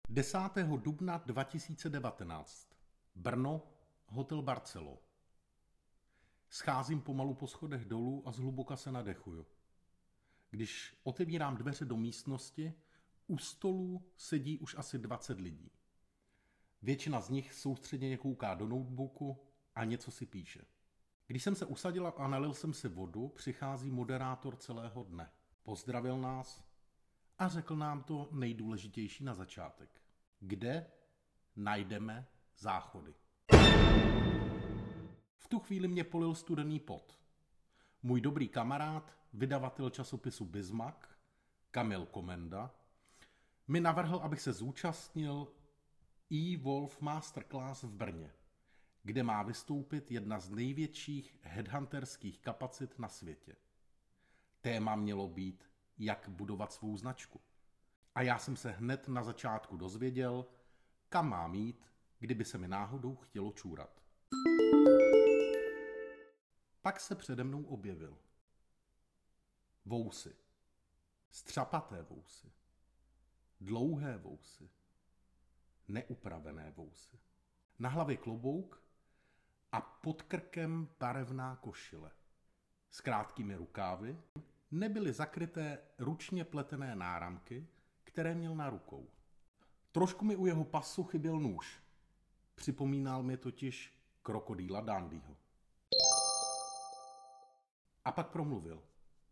10. dubna 2019. Brno, hotel Barcelo. Scházím pomalu po schodech dolů a zhluboka se nadechuju. Když otevírám dveře do místnosti, u stolu sedí už asi 20 lidí. Většina z nich soustředěně kouká do notebooku a něco si píše. Když jsem se usadila a nalil jsem si vodu, přichází moderátor celého dne. Pozdravil nás a řekl nám to nejdůležitější na začátek. Kde najdeme záchody? V tu chvíli mě polil studený pot. Můj dobrý kamarád, vydavatel časopisu Bismarck, Kamil Komenda, mi navrhl, abych se zúčastnil eWolf Masterclass v Brně, kde má vystoupit jedna z největších headhunterských kapacit na světě. Téma mělo být, jak budovat svou značku. A já jsem se hned na začátku dozvěděl, kam mám jít, kdyby se mi náhodou chtělo čůrat. Pak se přede mnou objevil. Vousy. Střapaté vousy. Dlouhé vousy. Neupravené vousy. Na hlavě klobouk a pod krkem barevná košile. S krátkými rukávy nebyly zakryté ručně pletené náramky, které měl na rukou. Trošku mi u jeho pasu chyběl nůž. Připomínal mi totiž krokodýla Dandyho. A pak promluvil.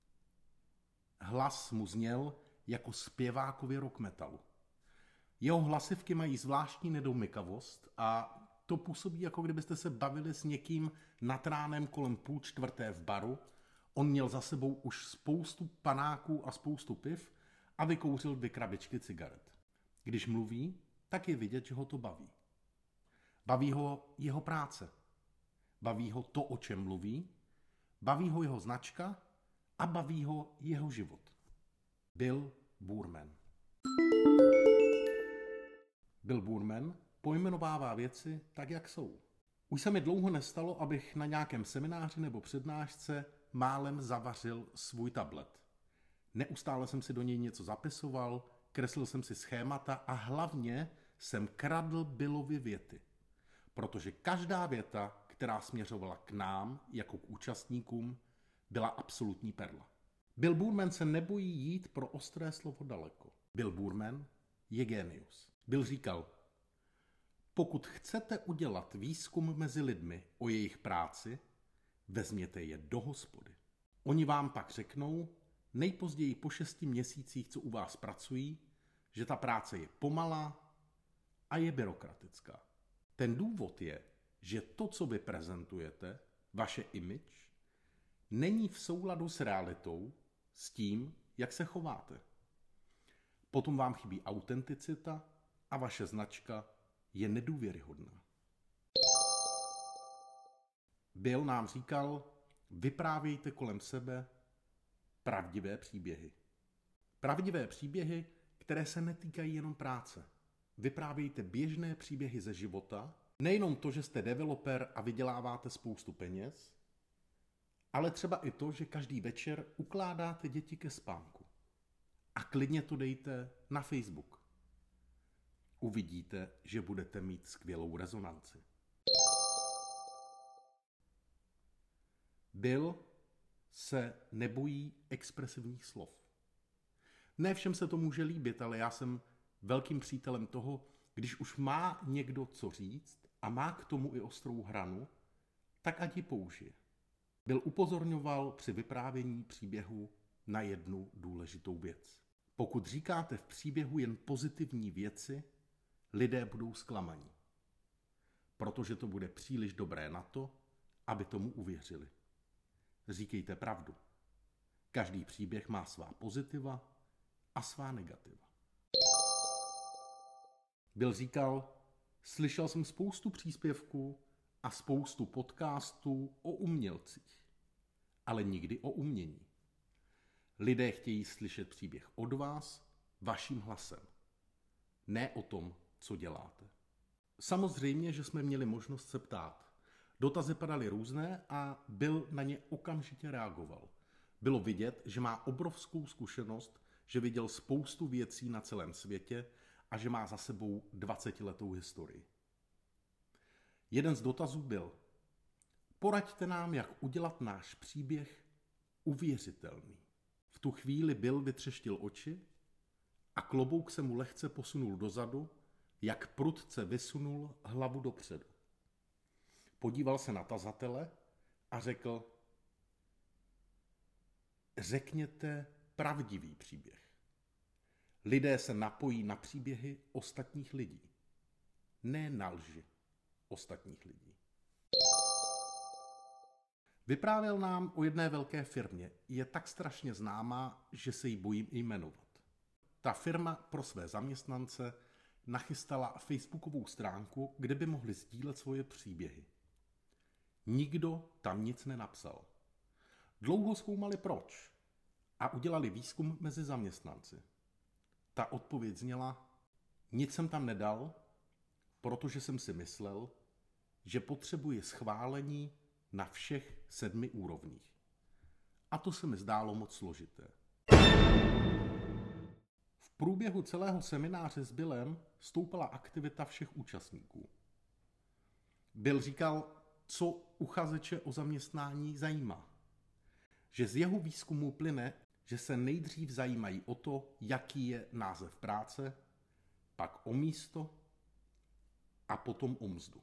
Hlas mu zněl jako zpěvákovi rock metalu. Jeho hlasivky mají zvláštní nedomykavost a to působí, jako kdybyste se bavili s někým nad ránem kolem 3:30 v baru. On měl za sebou už spoustu panáků a spoustu piv a vykouřil 2 krabičky cigaret. Když mluví, tak je vidět, že ho to baví. Baví ho jeho práce. Baví ho to, o čem mluví. Baví ho jeho značka a baví ho jeho život. Bill Boorman. Bill Boorman pojmenovává věci tak, jak jsou. Už se mi dlouho nestalo, abych na nějakém semináři nebo přednášce málem zavařil svůj tablet. Neustále jsem si do něj něco zapisoval, kreslil jsem si schémata a hlavně jsem kradl Billovy věty. Protože každá věta, která směřovala k nám jako k účastníkům, byla absolutní perla. Bill Boorman se nebojí jít pro ostré slovo daleko. Bill Boorman je génius. Bill říkal, pokud chcete udělat výzkum mezi lidmi o jejich práci, vezměte je do hospody. Oni vám pak řeknou, nejpozději po 6 měsících, co u vás pracují, že ta práce je pomalá a je byrokratická. Ten důvod je, že to, co vy prezentujete, vaše image, není v souladu s realitou, s tím, jak se chováte. Potom vám chybí autenticita a vaše značka je nedůvěryhodná. Bill nám říkal, vyprávějte kolem sebe pravdivé příběhy. Pravdivé příběhy, které se netýkají jenom práce. Vyprávějte běžné příběhy ze života, nejenom to, že jste developer a vyděláváte spoustu peněz, ale třeba i to, že každý večer ukládáte děti ke spánku. A klidně to dejte na Facebook. Uvidíte, že budete mít skvělou rezonanci. Bill se nebojí expresivních slov. Ne všem se to může líbit, ale já jsem velkým přítelem toho, když už má někdo co říct a má k tomu i ostrou hranu, tak ať ji použije. Bill upozorňoval při vyprávění příběhu na jednu důležitou věc. Pokud říkáte v příběhu jen pozitivní věci, lidé budou zklamaní. Protože to bude příliš dobré na to, aby tomu uvěřili. Říkejte pravdu. Každý příběh má svá pozitiva a svá negativa. Bill říkal, slyšel jsem spoustu příspěvků a spoustu podcastů o umělcích, ale nikdy o umění. Lidé chtějí slyšet příběh od vás, vaším hlasem. Ne o tom, co děláte. Samozřejmě, že jsme měli možnost se ptát. Dotazy padaly různé a Bill na ně okamžitě reagoval. Bylo vidět, že má obrovskou zkušenost, že viděl spoustu věcí na celém světě a že má za sebou 20letou historii. Jeden z dotazů byl: poraďte nám, jak udělat náš příběh uvěřitelný. V tu chvíli Bill vytřeštil oči a klobouk se mu lehce posunul dozadu, jak prudce vysunul hlavu dopředu. Podíval se na tazatele a řekl: řekněte pravdivý příběh. Lidé se napojí na příběhy ostatních lidí, ne na lži ostatních lidí. Vyprávěl nám o jedné velké firmě. Je tak strašně známá, že se jí bojím jmenovat. Ta firma pro své zaměstnance nachystala facebookovou stránku, kde by mohli sdílet svoje příběhy. Nikdo tam nic nenapsal. Dlouho zkoumali proč a udělali výzkum mezi zaměstnanci. Ta odpověď zněla: nic jsem tam nedal, protože jsem si myslel, že potřebuji schválení na všech 7 úrovních. A to se mi zdálo moc složité. V průběhu celého semináře s Billem stoupala aktivita všech účastníků. Bill říkal, co uchazeče o zaměstnání zajímá. Že z jeho výzkumu plyne, že se nejdřív zajímají o to, jaký je název práce, pak o místo a potom o mzdu.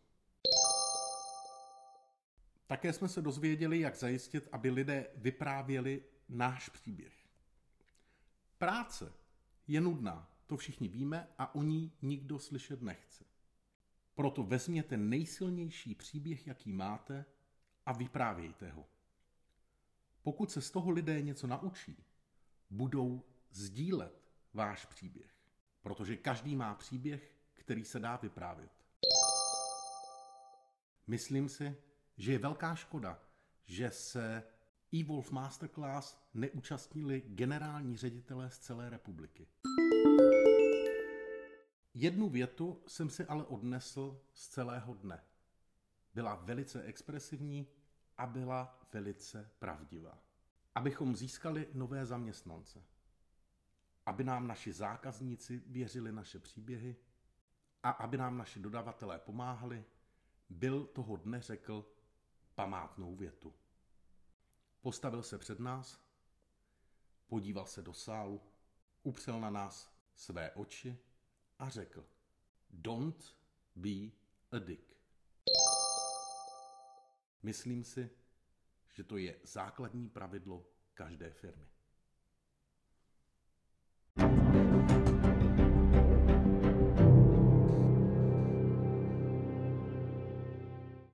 Také jsme se dozvěděli, jak zajistit, aby lidé vyprávěli náš příběh. Práce je nudná, to všichni víme a o ní nikdo slyšet nechce. Proto vezměte nejsilnější příběh, jaký máte, a vyprávějte ho. Pokud se z toho lidé něco naučí, budou sdílet váš příběh. Protože každý má příběh, který se dá vyprávět. Myslím si, že je velká škoda, že se eWolf Masterclass neúčastnili generální ředitelé z celé republiky. Jednu větu jsem si ale odnesl z celého dne. Byla velice expresivní a byla velice pravdivá. Abychom získali nové zaměstnance. Aby nám naši zákazníci věřili naše příběhy a aby nám naši dodavatelé pomáhali, Bill toho dne řekl památnou větu. Postavil se před nás, podíval se do sálu, upřel na nás své oči a řekl: Don't be a dick. Myslím si, že to je základní pravidlo každé firmy.